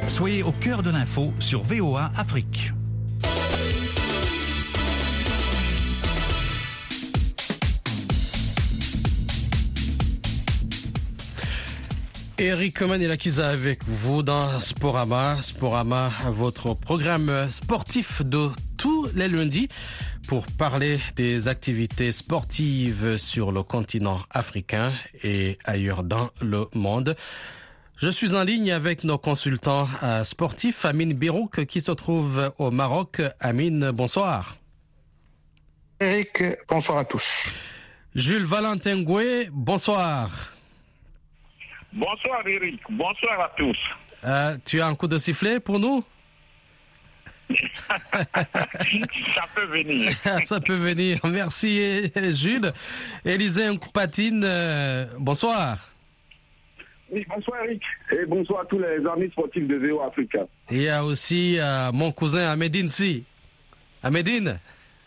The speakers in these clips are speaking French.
Soyez au cœur de l'info sur VOA Afrique. Eric Manilakiza avec vous dans Sporama. Sporama, votre programme sportif de tous les lundis pour parler des activités sportives sur le continent africain et ailleurs dans le monde. Je suis en ligne avec nos consultants sportifs, Amine Birouk qui se trouve au Maroc. Amine, bonsoir. Eric, bonsoir à tous. Jules Valentin Goué, bonsoir. Bonsoir Eric, bonsoir à tous. Tu as un coup de sifflet pour nous? Ça peut venir. Ça peut venir. Merci Jules. Élisée Nkupatine, bonsoir. Oui, bonsoir Eric. Et bonsoir à tous les amis sportifs de VOA Africa. Et il y a aussi mon cousin Ahmedine Si. Ahmedine?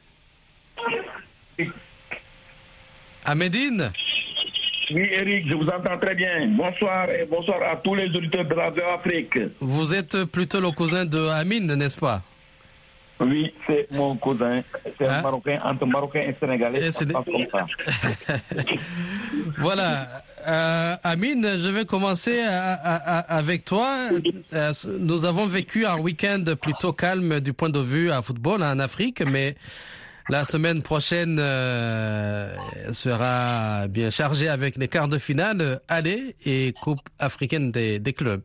Ahmedine? Oui, Eric, je vous entends très bien. Bonsoir et bonsoir à tous les auditeurs de la VOA Afrique. Vous êtes plutôt le cousin de Amine, n'est-ce pas? Oui, c'est mon cousin. C'est un Marocain, entre Marocain et Sénégalais. Ça passe comme ça. Voilà. Amine, je vais commencer avec toi. Nous avons vécu un week-end plutôt calme du point de vue à football en Afrique, mais la semaine prochaine sera bien chargée avec les quarts de finale aller et Coupe africaine des clubs.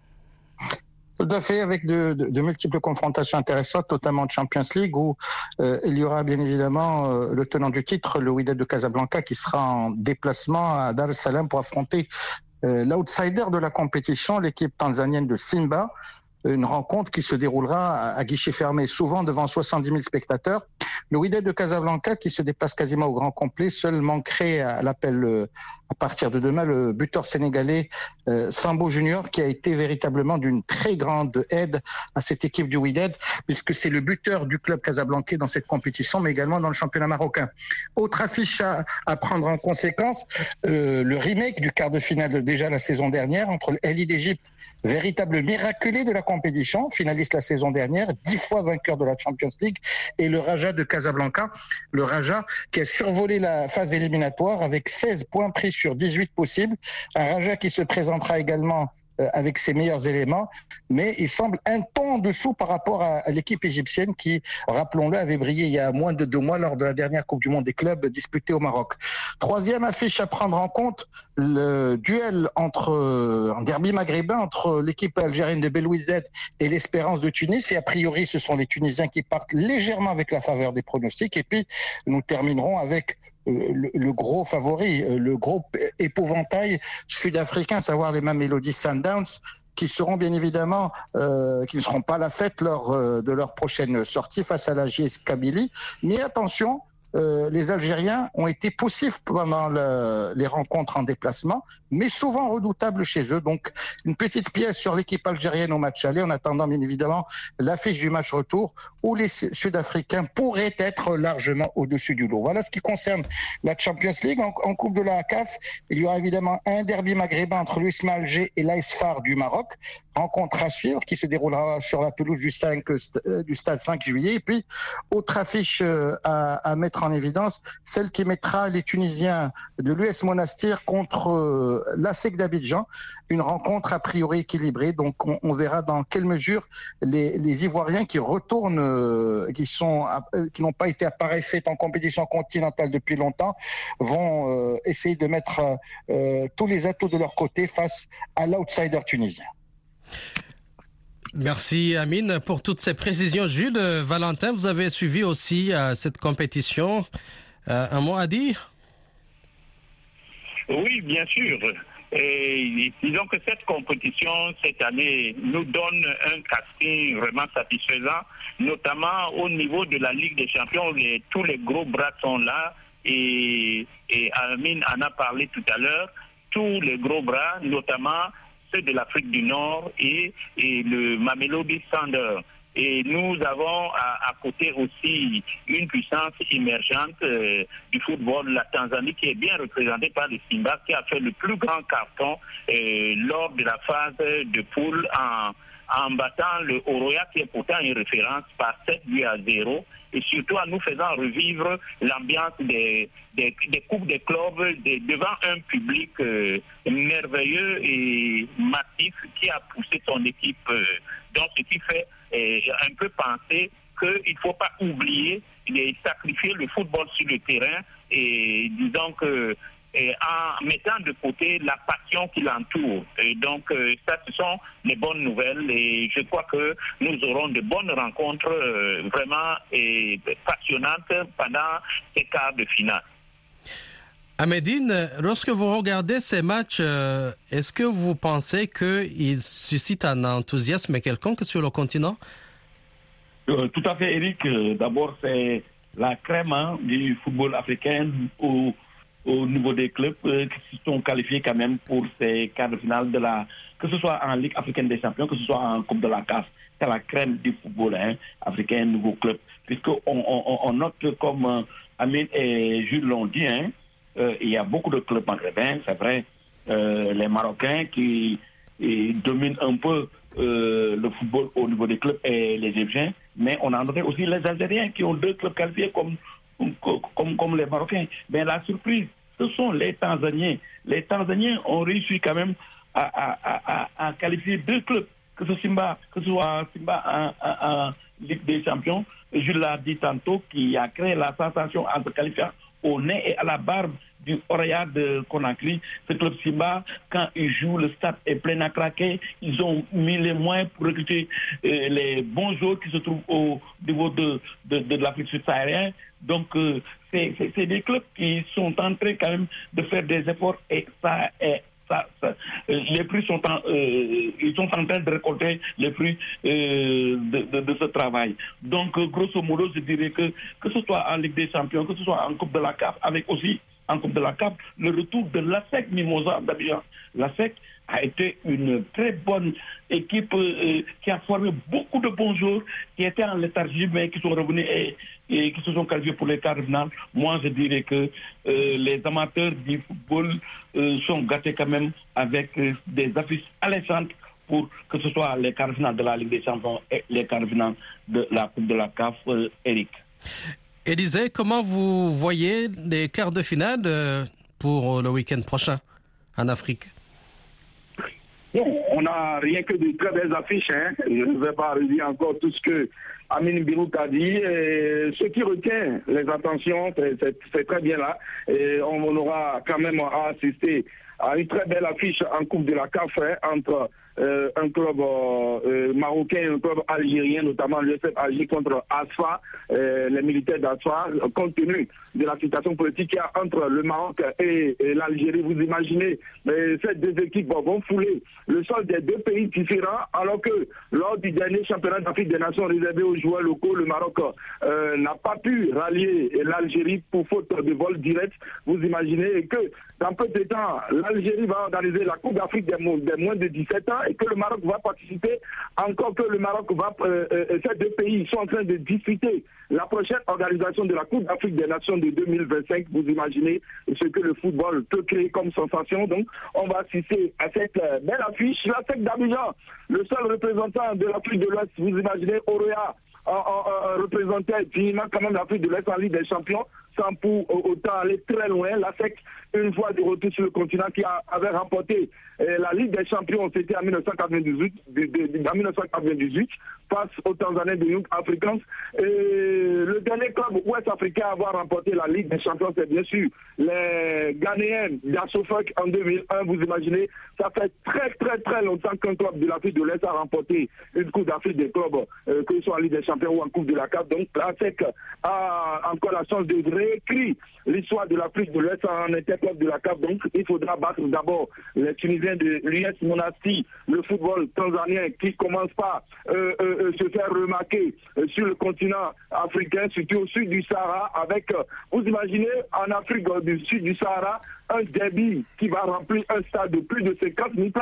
Tout à fait, avec de multiples confrontations intéressantes, notamment en Champions League, où il y aura bien évidemment le tenant du titre, le Wydad de Casablanca, qui sera en déplacement à Dar es Salaam pour affronter l'outsider de la compétition, l'équipe tanzanienne de Simba. Une rencontre qui se déroulera à guichet fermé, souvent devant 70 000 spectateurs. Le Wydad de Casablanca, qui se déplace quasiment au grand complet, seul manquerait à l'appel à partir de demain le buteur sénégalais Sambo Junior, qui a été véritablement d'une très grande aide à cette équipe du Wydad, puisque c'est le buteur du club casablancais dans cette compétition, mais également dans le championnat marocain. Autre affiche à prendre en conséquence, le remake du quart de finale déjà la saison dernière entre l'El d'Égypte, véritable miraculé de la compétition, finaliste la saison dernière, 10 fois vainqueur de la Champions League, et le Raja de Casablanca, le Raja qui a survolé la phase éliminatoire avec 16 points pris sur 18 possibles, un Raja qui se présentera également avec ses meilleurs éléments, mais il semble un ton en dessous par rapport à l'équipe égyptienne qui, rappelons-le, avait brillé il y a moins de 2 mois lors de la dernière Coupe du Monde des clubs disputée au Maroc. Troisième affiche à prendre en compte, le duel en derby maghrébin entre l'équipe algérienne de Belouizdad et l'Espérance de Tunis, et a priori ce sont les Tunisiens qui partent légèrement avec la faveur des pronostics, et puis nous terminerons avec le gros favori, le gros épouvantail sud-africain, à savoir les Mamelodi Sundowns, qui seront bien évidemment, qui ne seront pas à la fête lors de leur prochaine sortie face à la JS Kabylie. Mais attention, les Algériens ont été poussifs pendant les rencontres en déplacement, mais souvent redoutables chez eux. Donc, une petite pièce sur l'équipe algérienne au match aller, en attendant bien évidemment l'affiche du match retour, où les Sud-Africains pourraient être largement au-dessus du lot. Voilà ce qui concerne la Champions League. En Coupe de la CAF, il y aura évidemment un derby maghrébin entre l'USMA Alger et l'AS FAR du Maroc. Rencontre à suivre qui se déroulera sur la pelouse du stade 5 juillet. Et puis, autre affiche à mettre en évidence, celle qui mettra les Tunisiens de l'US Monastir contre l'ASEC d'Abidjan. Une rencontre a priori équilibrée. Donc, on verra dans quelle mesure les Ivoiriens qui retournent, qui n'ont pas été à pareille fête en compétition continentale depuis longtemps, vont essayer de mettre tous les atouts de leur côté face à l'outsider tunisien. Merci Amine pour toutes ces précisions. Jules, Valentin, vous avez suivi aussi cette compétition. Un mot à dire? Oui, bien sûr. Et disons que cette compétition, cette année, nous donne un casting vraiment satisfaisant, notamment au niveau de la Ligue des Champions, où tous les gros bras sont là. Et Amine en a parlé tout à l'heure. Tous les gros bras, notamment ceux de l'Afrique du Nord et le Mamelodi Sundowns. Et nous avons à côté aussi une puissance émergente du football, la Tanzanie, qui est bien représentée par les Simba, qui a fait le plus grand carton lors de la phase de poule en battant le Oroya, qui est pourtant une référence, par 7-0, et surtout en nous faisant revivre l'ambiance des coupes des clubs devant un public merveilleux et massif qui a poussé son équipe. Donc ce qui fait un peu penser qu'il ne faut pas oublier de sacrifier le football sur le terrain, et disons que en mettant de côté la passion qui l'entoure. Et donc, ça, ce sont les bonnes nouvelles, et je crois que nous aurons de bonnes rencontres vraiment passionnantes pendant ces quarts de finale. Ahmedine, lorsque vous regardez ces matchs, est-ce que vous pensez qu'ils suscitent un enthousiasme quelconque sur le continent? Tout à fait, Eric. D'abord, c'est la crème du football africain au niveau des clubs qui se sont qualifiés quand même pour ces quarts de finale que ce soit en Ligue africaine des champions, que ce soit en Coupe de la CAF. C'est la crème du football africain, nouveau club. Puisqu'on note, comme Amine et Jules l'ont dit, il y a beaucoup de clubs maghrébins, c'est vrai, les Marocains qui dominent un peu le football au niveau des clubs, et les Égyptiens, mais on a noté aussi les Algériens qui ont 2 clubs qualifiés comme les Marocains. Mais la surprise, ce sont les Tanzaniens. Les Tanzaniens ont réussi quand même à qualifier 2 clubs, que ce soit Simba en Ligue des Champions, je l'ai dit tantôt, qui a créé la sensation entre qualifiants au nez et à la barbe du Oroya de Conakry. Ce club Simba, quand ils jouent, le stade est plein à craquer. Ils ont mis les moyens pour recruter les bons joueurs qui se trouvent au niveau de l'Afrique subsaharienne. Donc, c'est des clubs qui sont en train quand même de faire des efforts, et les fruits ils sont en train de récolter les fruits de ce travail. Donc, grosso modo, je dirais que ce soit en Ligue des Champions, que ce soit en Coupe de la CAF, avec aussi en Coupe de la CAF, le retour de l'ASEC Mimosa d'Abidjan. L'ASEC a été une très bonne équipe qui a formé beaucoup de bons joueurs qui étaient en léthargie, mais qui sont revenus et qui se sont qualifiés pour les quarts de finale. Moi, je dirais que les amateurs du football sont gâtés quand même avec des affiches alléchantes pour que ce soit les quarts de finale de la Ligue des Champions et les quarts de finale de la Coupe de la CAF, Eric. Élisée, comment vous voyez les quarts de finale pour le week-end prochain en Afrique? Bon, on n'a rien que de très belles affiches. Je ne vais pas redire encore tout ce que Amine Birouk a dit. Et ce qui retient les attentions, c'est très bien là. Et on aura quand même à assister à une très belle affiche en Coupe de la CAF entre un club marocain et un club algérien, notamment l'USF Alger contre Asfa, les militaires d'Asfa, compte tenu de la situation politique qu'il y a entre le Maroc et l'Algérie. Vous imaginez, ces 2 équipes vont fouler le sol des 2 pays différents, alors que lors du dernier championnat d'Afrique des Nations réservé aux joueurs locaux, le Maroc n'a pas pu rallier l'Algérie pour faute de vol direct. Vous imaginez que dans peu de temps, l'Algérie va organiser la Coupe d'Afrique des moins de 17 ans, et que le Maroc va participer, encore que le Maroc ces 2 pays sont en train de discuter la prochaine organisation de la Coupe d'Afrique des Nations de 2025. Vous imaginez ce que le football peut créer comme sensation. Donc, on va assister à cette belle affiche. L'ASEC d'Abidjan, le seul représentant de l'Afrique de l'Ouest, vous imaginez, Oroya, représentait dignement quand même l'Afrique de l'Est en Ligue des Champions, sans pour autant aller très loin. L'ASEC, une fois de retour sur le continent, qui avait remporté la Ligue des Champions, c'était en 1998, face aux Tanzaniens de Young Africans. Et le dernier club ouest-africain à avoir remporté la Ligue des Champions, c'est bien sûr les Ghanéens d'Assofak en 2001. Vous imaginez, ça fait très très très longtemps qu'un club de l'Afrique de l'Est a remporté une Coupe d'Afrique des clubs, que ce soit en Ligue des Champions ou en Coupe de la CAF. Donc l'ASEC a encore la chance de réécrire l'histoire de l'Afrique de l'Est en interclub de la CAF. Donc il faudra battre d'abord les Tunisiens de l'US Monastir, le football tanzanien qui commence par se faire remarquer sur le continent africain, surtout au sud du Sahara, avec, vous imaginez, en Afrique du sud du Sahara, un derby qui va remplir un stade de plus de 50 000 places.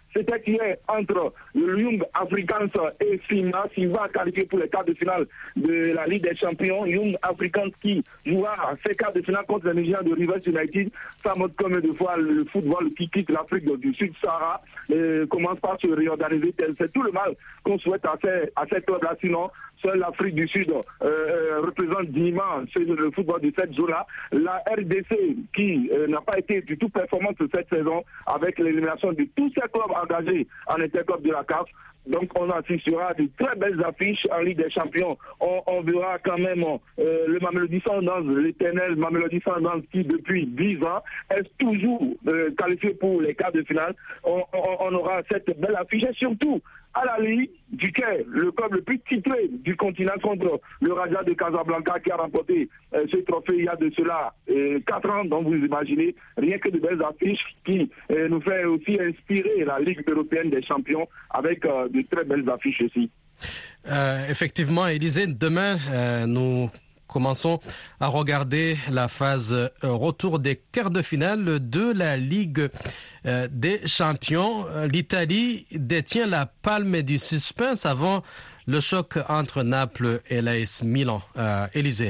c'était hier entre le Young Africans et Simba. Simba qualifié pour les quarts de finale de la Ligue des Champions. Young Africans qui jouera ces quarts de finale contre les Nigériens de Rivers United. Ça montre combien de fois le football qui quitte l'Afrique du Sud-Sahara commence par se réorganiser. C'est tout le mal qu'on souhaite à ces clubs-là. Sinon, seule l'Afrique du Sud représente dignement le football de cette zone-là. La RDC qui n'a pas été du tout performante cette saison avec l'élimination de tous ces clubs engagés en interclub de la CAF. Donc on assistera à de très belles affiches en Ligue des Champions. On verra quand même le Mamelodi Sundowns, l'éternel Mamelodi Sundowns qui depuis 10 ans est toujours qualifié pour les quarts de finale. On aura cette belle affiche et surtout à la Ligue du Caire, le club le plus titré du continent contre le Raja de Casablanca qui a remporté ce trophée il y a de cela 4 ans. Donc vous imaginez, rien que de belles affiches qui nous fait aussi inspirer la Ligue européenne des champions avec de très belles affiches aussi. Effectivement, Élisée, demain nous commençons à regarder la phase retour des quarts de finale de la Ligue des Champions. L'Italie détient la palme du suspense avant le choc entre Naples et l'AS Milan. Élisée.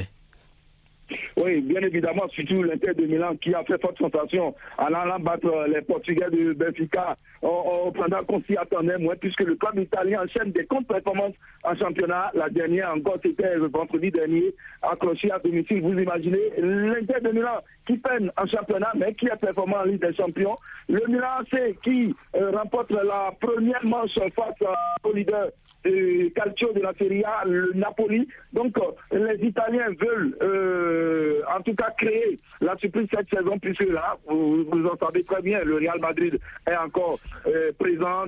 Oui, bien évidemment, surtout l'Inter de Milan qui a fait forte sensation en allant battre les Portugais de Benfica pendant qu'on s'y attendait moins, puisque le club italien enchaîne des contre-performances en championnat. La dernière encore, c'était vendredi dernier, accroché à domicile. Vous imaginez, l'Inter de Milan qui peine en championnat, mais qui est performant en Ligue des Champions. Le Milan AC qui remporte la première manche face au leader Calcio de la Serie A, le Napoli. Donc les Italiens veulent en tout cas créer la surprise cette saison, puisque là, vous en savez très bien, le Real Madrid est encore présent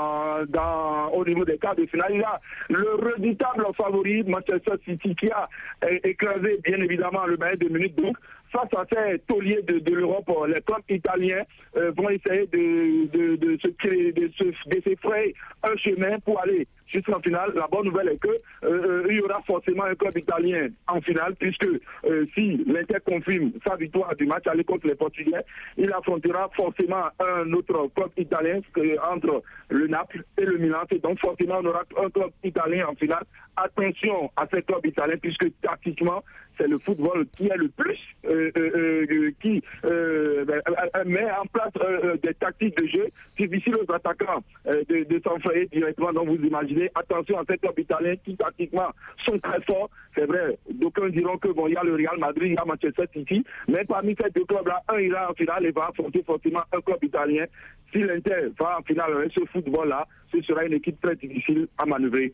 au niveau des quarts de finale. Il y a le redoutable favori Manchester City qui a écrasé bien évidemment le Bayern de Munich. Donc face à ces tauliers de l'Europe, les clubs italiens vont essayer de se frayer un chemin pour aller jusqu'en finale. La bonne nouvelle est que il y aura forcément un club italien en finale, puisque si l'Inter confirme sa victoire du match aller contre les Portugais, il affrontera forcément un autre club italien entre le Naples et le Milan. Et donc forcément on aura un club italien en finale. Attention à ces clubs italiens, puisque tactiquement c'est le football qui est le plus qui met en place des tactiques de jeu difficiles aux attaquants de s'enfrayer directement. Donc vous imaginez, attention à ces clubs italiens qui tactiquement sont très forts. C'est vrai, d'aucuns diront que bon, il y a le Real Madrid, il y a Manchester City, mais parmi ces deux clubs-là, un ira en finale et va affronter forcément un club italien. Si l'Inter va en finale avec ce football-là, ce sera une équipe très difficile à manœuvrer.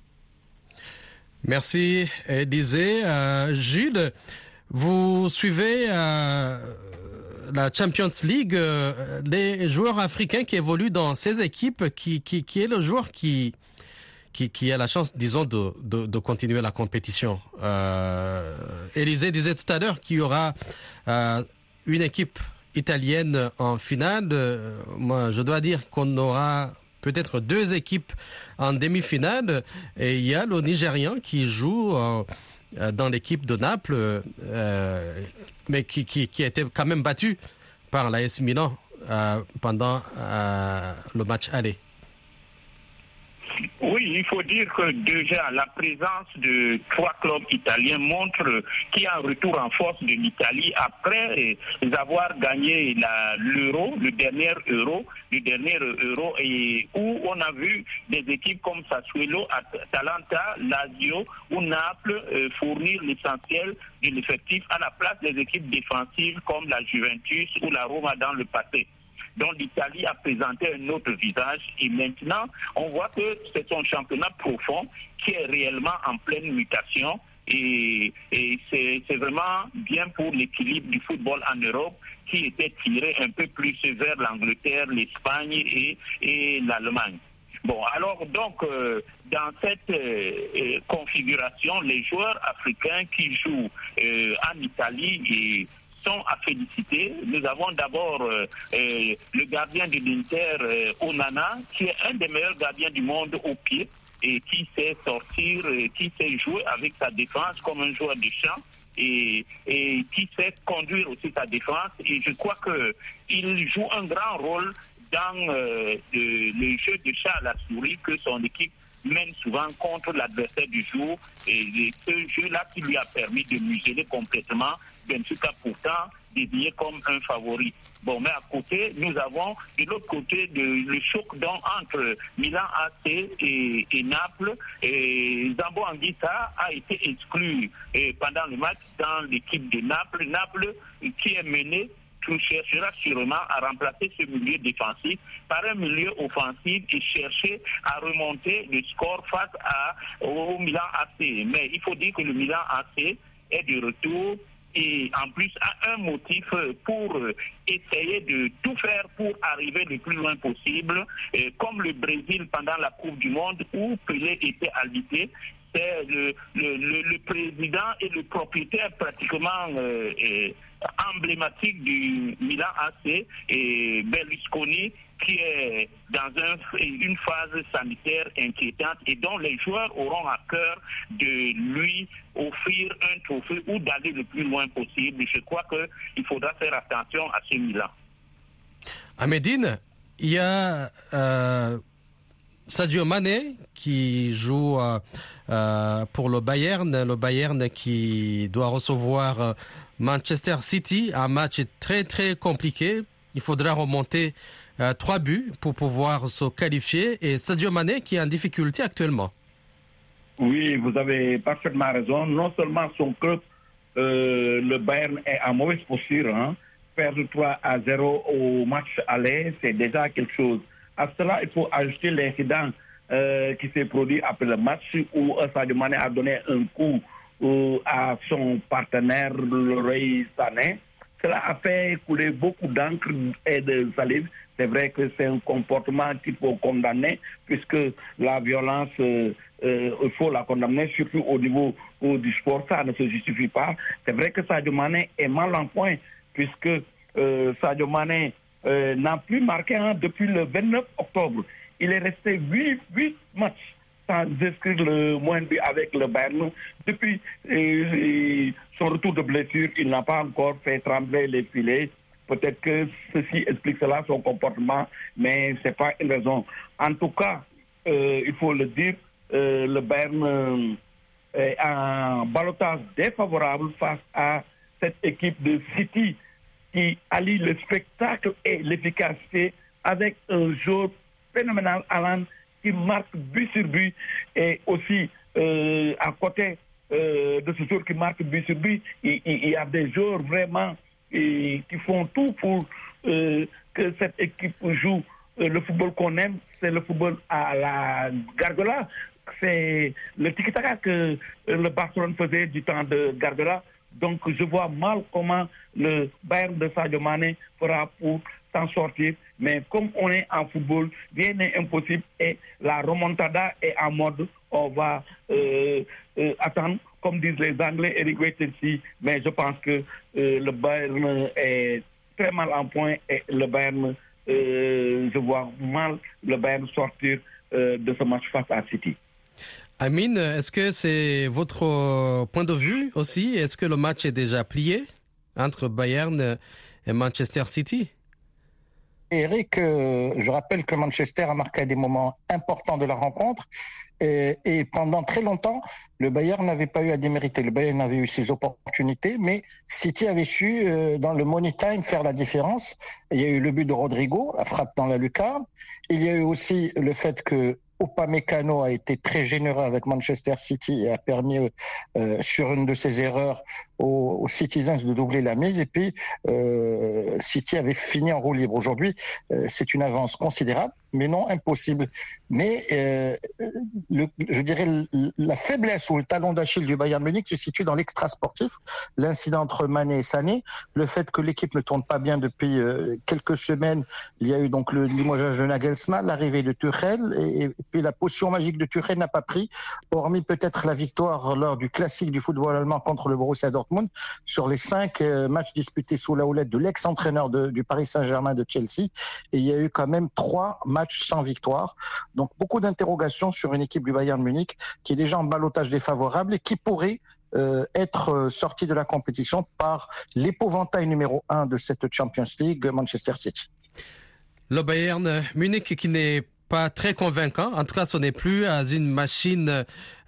Merci, Élisée. Jules, vous suivez la Champions League, les joueurs africains qui évoluent dans ces équipes, qui est le joueur qui a la chance, disons, de continuer la compétition. Élisée disait tout à l'heure qu'il y aura une équipe italienne en finale. Moi, je dois dire qu'on aura peut-être 2 équipes en demi-finale, et il y a le Nigérian qui joue dans l'équipe de Naples, mais qui a été quand même battu par l'AS Milan pendant le match aller. Oui, il faut dire que déjà la présence de 3 clubs italiens montre qu'il y a un retour en force de l'Italie après avoir gagné l'Euro, le dernier Euro, et où on a vu des équipes comme Sassuolo, Atalanta, Lazio ou Naples fournir l'essentiel de l'effectif à la place des équipes défensives comme la Juventus ou la Roma dans le passé. Donc l'Italie a présenté un autre visage et maintenant on voit que c'est un championnat profond qui est réellement en pleine mutation et c'est vraiment bien pour l'équilibre du football en Europe qui était tiré un peu plus vers l'Angleterre, l'Espagne et l'Allemagne. Bon, alors donc, dans cette configuration, les joueurs africains qui jouent en Italie sont à féliciter. Nous avons d'abord le gardien de l'Inter, Onana, qui est un des meilleurs gardiens du monde au pied et qui sait sortir, qui sait jouer avec sa défense comme un joueur de champ et qui sait conduire aussi sa défense. Et je crois qu'il joue un grand rôle dans le jeu de chat à la souris que son équipe mène souvent contre l'adversaire du jour. Et ce jeu-là qui lui a permis de museler complètement Benfica, pourtant désigné comme un favori. Bon, mais à côté, nous avons de l'autre côté le choc entre Milan AC et Naples. Et Zambo Anguissa a été exclu pendant le match dans l'équipe de Naples. Naples qui est mené cherchera sûrement à remplacer ce milieu défensif par un milieu offensif et chercher à remonter le score face au Milan AC. Mais il faut dire que le Milan AC est de retour et en plus a un motif pour essayer de tout faire pour arriver le plus loin possible, comme le Brésil pendant la Coupe du Monde où Pelé était invité. C'est le président et le propriétaire pratiquement emblématique du Milan AC et Berlusconi qui est dans une phase sanitaire inquiétante et dont les joueurs auront à cœur de lui offrir un trophée ou d'aller le plus loin possible. Je crois qu'il faudra faire attention à ce Milan. À Médine, il y a Sadio Mané qui joue pour le Bayern qui doit recevoir Manchester City, un match très très compliqué. Il faudra remonter 3 buts pour pouvoir se qualifier et Sadio Mané qui est en difficulté actuellement. Oui, vous avez parfaitement raison. Non seulement son club, le Bayern, est en mauvaise posture. Perdre 3-0 au match aller, c'est déjà quelque chose. À cela, il faut ajouter l'incident qui s'est produit après le match où Sadio Mané a donné un coup à son partenaire, Leroy Sané. Cela a fait couler beaucoup d'encre et de salive. C'est vrai que c'est un comportement qu'il faut condamner, puisque la violence, il faut la condamner, surtout au niveau du sport. Ça ne se justifie pas. C'est vrai que Sadio Mané est mal en point, puisque Sadio Mané n'a plus marqué depuis le 29 octobre. Il est resté 8 matchs sans inscrire le moins de but avec le Bayern. Depuis son retour de blessure, il n'a pas encore fait trembler les filets. Peut-être que ceci explique cela, son comportement, mais ce n'est pas une raison. En tout cas, il faut le dire, le Bayern est en ballottage défavorable face à cette équipe de City qui allie le spectacle et l'efficacité avec un jeu phénoménal, Alan, qui marque but sur but, et aussi à côté de ce joueur qui marque but sur but, il y a des joueurs vraiment qui font tout pour que cette équipe joue le football qu'on aime, c'est le football à la Guardiola. C'est le tiki-taka que le Barcelone faisait du temps de Guardiola. Donc je vois mal comment le Bayern de Sadio Mané fera pour s'en sortir. Mais comme on est en football, rien n'est impossible et la remontada est en mode, on va attendre, comme disent les Anglais, Eric wait and see. Mais je pense que le Bayern est très mal en point et le Bayern, je vois mal le Bayern sortir de ce match face à City. Amine, est-ce que c'est votre point de vue aussi? Est-ce que le match est déjà plié entre Bayern et Manchester City? Eric, je rappelle que Manchester a marqué des moments importants de la rencontre et pendant très longtemps, le Bayern n'avait pas eu à démériter. Le Bayern avait eu ses opportunités, mais City avait su, dans le money time, faire la différence. Il y a eu le but de Rodrigo, la frappe dans la lucarne. Il y a eu aussi le fait que Upamecano a été très généreux avec Manchester City et a permis, sur une de ses erreurs, aux Citizens de doubler la mise. Et puis, City avait fini en roue libre. Aujourd'hui, c'est une avance considérable, mais non impossible. Mais je dirais la faiblesse ou le talon d'Achille du Bayern Munich se situe dans l'extra-sportif. L'incident entre Mané et Sané, le fait que l'équipe ne tourne pas bien depuis quelques semaines. Il y a eu donc le limogeage de Nagelsmann, l'arrivée de Tuchel, et puis la potion magique de Tuchel n'a pas pris, hormis peut-être la victoire lors du classique du football allemand contre le Borussia Dortmund. Sur les 5 matchs disputés sous la houlette de l'ex-entraîneur du Paris Saint-Germain de Chelsea, et il y a eu quand même 3 matchs sans victoire. Donc beaucoup d'interrogations sur une équipe du Bayern Munich qui est déjà en ballottage défavorable et qui pourrait être sortie de la compétition par l'épouvantail numéro 1 de cette Champions League, Manchester City. Le Bayern Munich qui n'est pas très convaincant. En tout cas, ce n'est plus une machine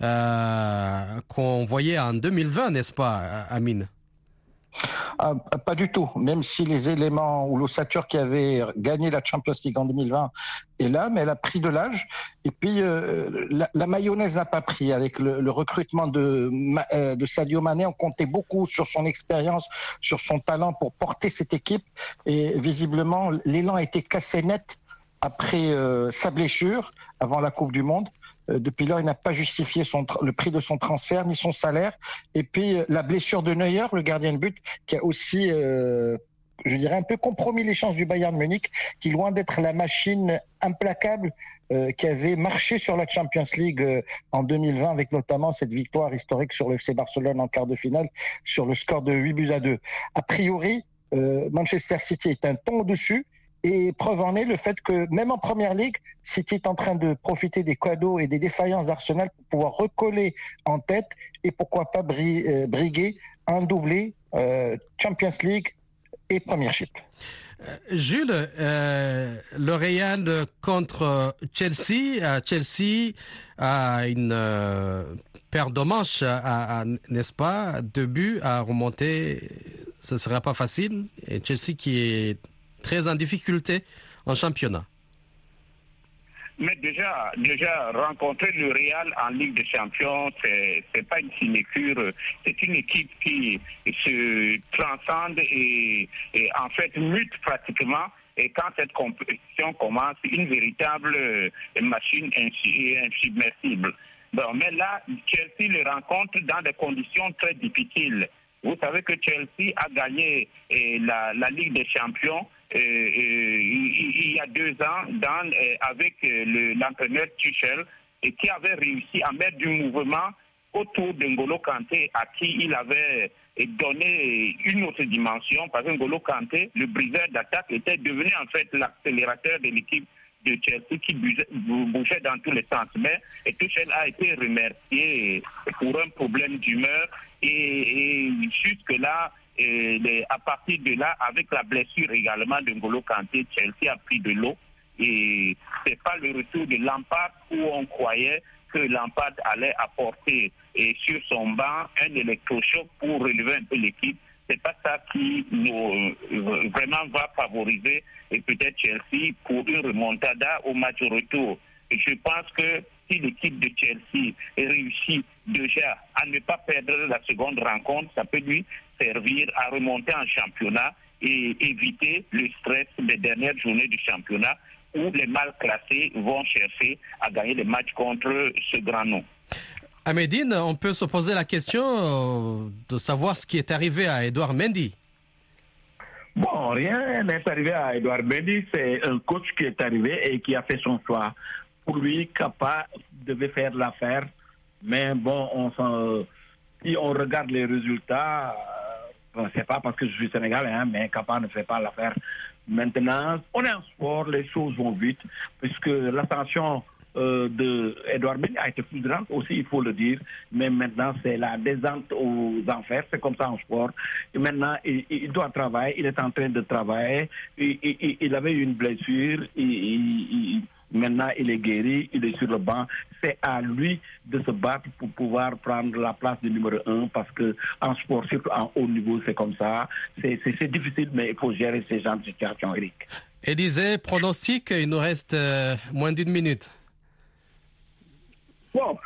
qu'on voyait en 2020, n'est-ce pas, Amine? Pas du tout, même si les éléments ou l'ossature qui avait gagné la Champions League en 2020 est là, mais elle a pris de l'âge. Et puis, la mayonnaise n'a pas pris. Avec le recrutement de Sadio Mané, on comptait beaucoup sur son expérience, sur son talent pour porter cette équipe. Et visiblement, l'élan a été cassé net après sa blessure, avant la Coupe du Monde. Depuis lors, il n'a pas justifié le prix de son transfert ni son salaire. Et puis, la blessure de Neuer, le gardien de but, qui a aussi, je dirais, un peu compromis les chances du Bayern Munich, qui, loin d'être la machine implacable qui avait marché sur la Champions League en 2020, avec notamment cette victoire historique sur le FC Barcelone en quart de finale, sur le score de 8-2. A priori, Manchester City est un ton au-dessus. Et preuve en est le fait que même en Première Ligue, City est en train de profiter des cadeaux et des défaillances d'Arsenal pour pouvoir recoller en tête et pourquoi pas briguer un doublé Champions League et Premiership. Jules, le Real contre Chelsea. Chelsea a une paire de manches, n'est-ce pas? 2 buts à remonter, ce ne sera pas facile. Et Chelsea qui est très en difficulté en championnat. Mais déjà rencontrer le Real en Ligue des Champions, c'est pas une sinécure, c'est une équipe qui se transcende et en fait mute pratiquement. Et quand cette compétition commence, une véritable machine insubmersible. Bon, mais là, Chelsea le rencontre dans des conditions très difficiles. Vous savez que Chelsea a gagné la Ligue des Champions il y a 2 ans avec l'entraîneur Tuchel et qui avait réussi à mettre du mouvement autour d'Ngolo Kanté à qui il avait donné une autre dimension parce que N'Golo Kanté, le briseur d'attaque, était devenu en fait l'accélérateur de l'équipe de Chelsea qui bougeait dans tous les sens. Mais Tuchel a été remercié pour un problème d'humeur et jusque-là, à partir de là, avec la blessure également de N'Golo Kanté, Chelsea a pris de l'eau. Et c'est pas le retour de Lampard où on croyait que Lampard allait apporter sur son banc un électrochoc pour relever un peu l'équipe. C'est pas ça qui vraiment va favoriser et peut-être Chelsea pour une remontada au match retour. Et je pense que si l'équipe de Chelsea réussit déjà à ne pas perdre la seconde rencontre, ça peut lui servir à remonter en championnat et éviter le stress des dernières journées du championnat où les mal classés vont chercher à gagner des matchs contre ce grand nom. Amédine, on peut se poser la question de savoir ce qui est arrivé à Edouard Mendy. Bon, rien n'est arrivé à Edouard Mendy. C'est un coach qui est arrivé et qui a fait son choix. Pour lui, Kappa devait faire l'affaire. Mais bon, si on regarde les résultats, c'est pas parce que je suis sénégalais, mais Kappa ne fait pas l'affaire. Maintenant, on est en sport, les choses vont vite, puisque l'ascension de Edouard Mendy a été fulgurante aussi, il faut le dire, mais maintenant c'est la descente aux enfers, c'est comme ça en sport. Et maintenant, il doit travailler, il est en train de travailler, il avait eu une blessure, maintenant il est guéri, il est sur le banc. C'est à lui de se battre pour pouvoir prendre la place du numéro 1 parce que en sport, surtout en haut niveau, c'est comme ça. C'est difficile, mais il faut gérer ces genres de situations, Eric. Et disait, pronostic, il nous reste moins d'1 minute. Bon,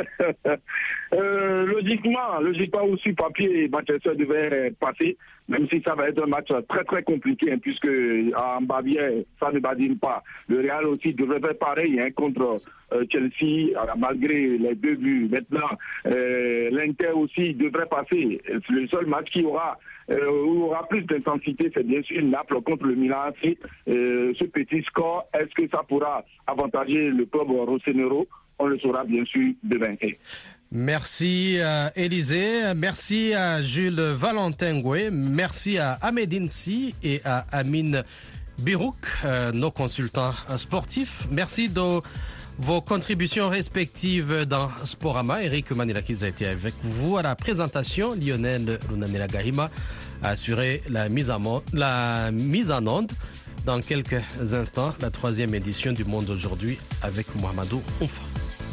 logiquement aussi papier, Manchester devait passer, même si ça va être un match très très compliqué, puisque en Bavière, ça ne badine pas. Le Real aussi devrait faire pareil contre Chelsea, malgré les 2 buts. Maintenant, l'Inter aussi devrait passer. Le seul match qui aura plus d'intensité, c'est bien sûr Naples contre le Milan. Ce petit score, est-ce que ça pourra avantager le club rossonero? On le saura bien sûr demain. Merci à Élisée, merci à Jules Valentin Goué, merci à Amédine Si et à Amine Birouk, nos consultants sportifs. Merci de vos contributions respectives dans Sporama. Eric Manilakis a été avec vous à la présentation. Lionel Lunanela Gahima a assuré la mise en onde. dans quelques instants la 3e édition du Monde aujourd'hui avec Mohamedou Oumfa.